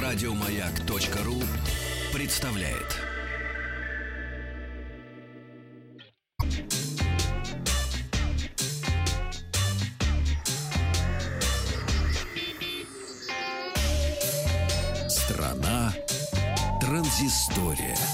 Радиомаяк.ру представляет. Страна транзистория.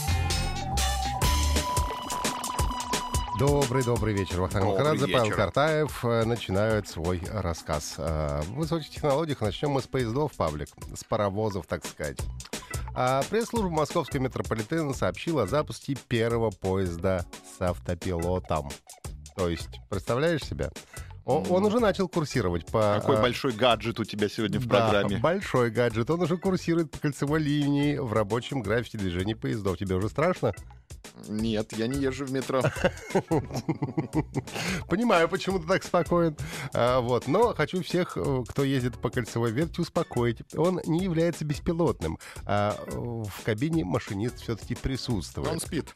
Добрый вечер. Вахтанг Махарадзе, Павел Картаев начинают свой рассказ. В высоких технологиях начнем мы с поездов, Павлик, с паровозов, так сказать. Пресс-служба Московского метрополитена сообщила о запуске первого поезда с автопилотом. То есть, представляешь себе? Он уже начал курсировать по... Какой большой гаджет у тебя сегодня в программе. Большой гаджет. Он уже курсирует по кольцевой линии в рабочем графике движения поездов. Тебе уже страшно? Нет, я не езжу в метро. Понимаю, почему ты так спокоен. Но хочу всех, кто ездит по кольцевой ветке, успокоить. Он не является беспилотным. В кабине машинист все-таки присутствует. Он спит.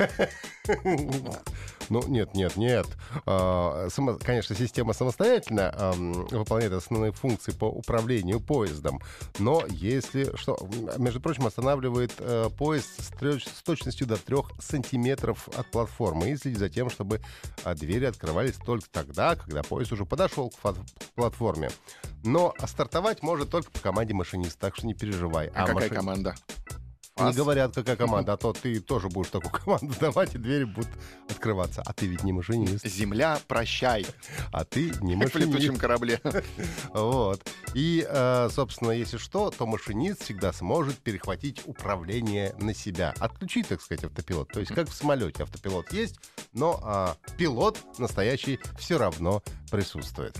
Нет. Конечно, система самостоятельно выполняет основные функции по управлению поездом. Но если что, между прочим, останавливает поезд с точностью до 3 сантиметров от платформы и следит за тем, чтобы двери открывались только тогда, когда поезд уже подошел к платформе. Но стартовать может только по команде машиниста, так что не переживай. Какая команда? Не говорят, какая команда, а то ты тоже будешь такую команду давать, и двери будут открываться. А ты ведь не машинист. Земля, прощай. А ты не машинист. В летучем корабле. Вот. И, собственно, если что, то машинист всегда сможет перехватить управление на себя. Отключить, так сказать, автопилот. То есть как в самолете автопилот есть, но пилот настоящий все равно присутствует.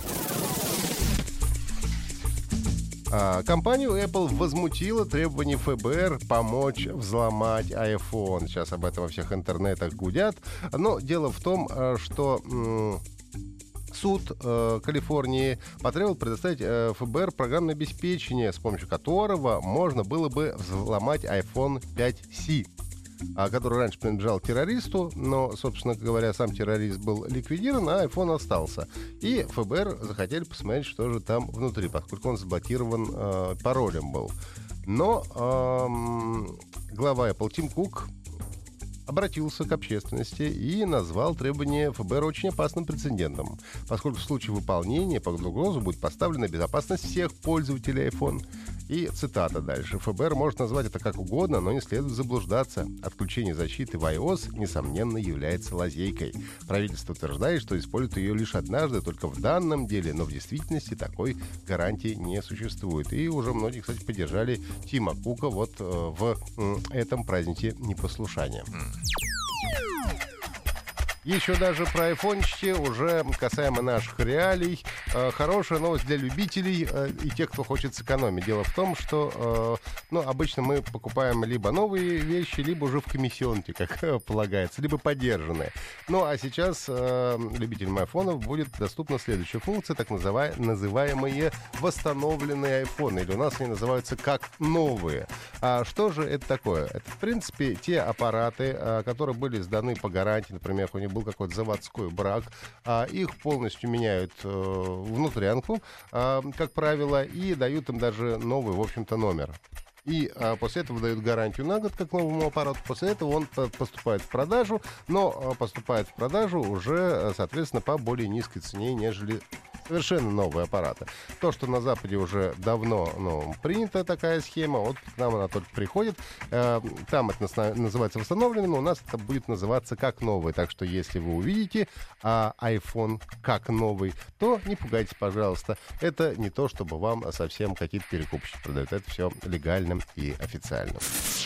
Компанию Apple возмутило требование ФБР помочь взломать iPhone. Сейчас об этом во всех интернетах гудят. Но дело в том, что суд Калифорнии потребовал предоставить ФБР программное обеспечение, с помощью которого можно было бы взломать iPhone 5C, который раньше принадлежал террористу, но, собственно говоря, сам террорист был ликвидирован, а iPhone остался. И ФБР захотели посмотреть, что же там внутри, поскольку он заблокирован паролем был. Но глава Apple Тим Кук обратился к общественности и назвал требования ФБР очень опасным прецедентом, поскольку в случае выполнения под угрозу будет поставлена безопасность всех пользователей iPhone. И цитата дальше. ФБР может назвать это как угодно, но не следует заблуждаться. Отключение защиты в iOS, несомненно, является лазейкой. Правительство утверждает, что использует ее лишь однажды, только в данном деле, но в действительности такой гарантии не существует. И уже многие, кстати, поддержали Тима Кука вот в этом празднике непослушания. Еще даже про айфончики, уже касаемо наших реалий. Хорошая новость для любителей и тех, кто хочет сэкономить. Дело в том, что обычно мы покупаем либо новые вещи, либо уже в комиссионке, как полагается, либо подержанные. Ну, а сейчас любителям айфонов будет доступна следующая функция, так называемые восстановленные айфоны. Или у нас они называются как новые. А что же это такое? Это, в принципе, те аппараты, которые были сданы по гарантии, например, у них был какой-то заводской брак, их полностью меняют внутрянку, как правило, и дают им даже новый, в общем-то, номер. И после этого дают гарантию на год как новому аппарату. После этого он поступает в продажу, но поступает в продажу уже, соответственно, по более низкой цене, нежели совершенно новые аппараты. То, что на Западе уже давно принята такая схема, вот к нам она только приходит. Там это называется восстановленным, у нас это будет называться как новый. Так что если вы увидите iPhone как новый, то не пугайтесь, пожалуйста. Это не то, чтобы вам совсем какие-то перекупщики продают. Это все легально и официально.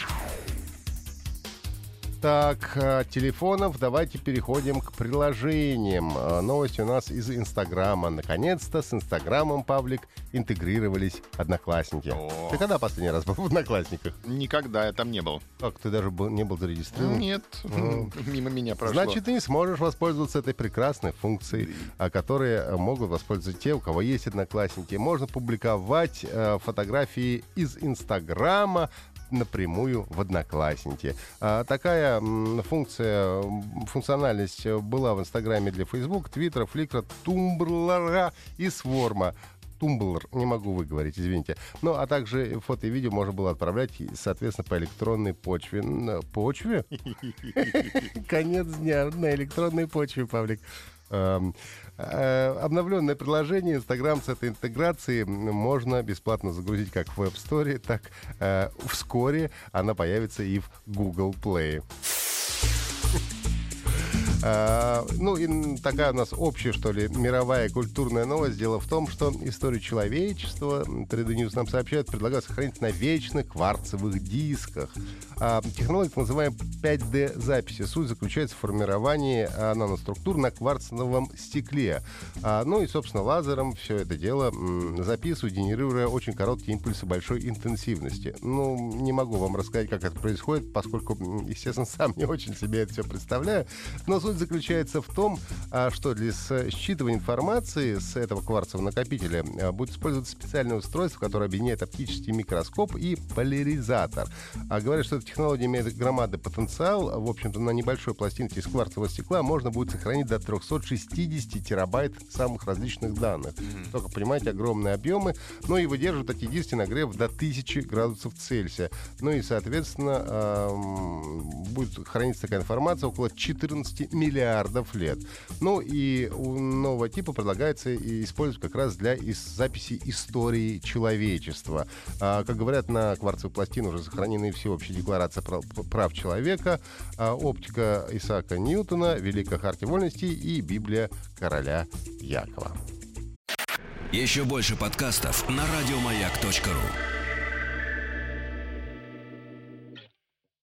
Так, от телефонов давайте переходим к приложениям. Новости у нас из Инстаграма. Наконец-то с Инстаграмом, Павлик, интегрировались Одноклассники. Ты когда последний раз был в Одноклассниках? Никогда я там не был. Как, ты даже не был зарегистрирован? Нет, мимо меня прошло. Значит, ты не сможешь воспользоваться этой прекрасной функцией, которой могут воспользоваться те, у кого есть Одноклассники. Можно публиковать фотографии из Инстаграма напрямую в Одноклассники. Такая функциональность была в Инстаграме для Facebook, Твиттера, Фликра, Тумблра и Сворма. Тумблр, не могу выговорить, извините. Ну, а также фото и видео можно было отправлять, соответственно, по электронной почве. Почве? Конец дня на электронной почве, Павлик. Обновленное приложение Instagram с этой интеграцией можно бесплатно загрузить как в App Store, так вскоре она появится и в Google Play. Ну, и такая у нас общая, что ли, мировая культурная новость. Дело в том, что историю человечества, 3D News нам сообщают, предлагают сохранить на вечных кварцевых дисках. Технология так называемая 5D-записи. Суть заключается в формировании наноструктур на кварцевом стекле. Ну и, собственно, лазером все это дело записывают, генерируя очень короткие импульсы большой интенсивности. Ну, не могу вам рассказать, как это происходит, поскольку, естественно, сам не очень себе это все представляю. Но суть заключается в том, что для считывания информации с этого кварцевого накопителя будет использоваться специальное устройство, которое объединяет оптический микроскоп и поляризатор. Говорят, что эта технология имеет громадный потенциал. В общем-то, на небольшой пластинке из кварцевого стекла можно будет сохранить до 360 терабайт самых различных данных. Только, понимаете, огромные объемы. Ну и выдерживают эти диски нагрев до 1000 градусов Цельсия. Ну и, соответственно, будет храниться такая информация около 14 миллиардов лет. Ну и у нового типа предлагается использовать как раз для записи истории человечества. Как говорят, на кварцевой пластине уже сохранены всеобщая декларация прав человека, оптика Исаака Ньютона, Великая хартия вольностей и Библия короля Якова. Еще больше подкастов на радиомаяк.ру.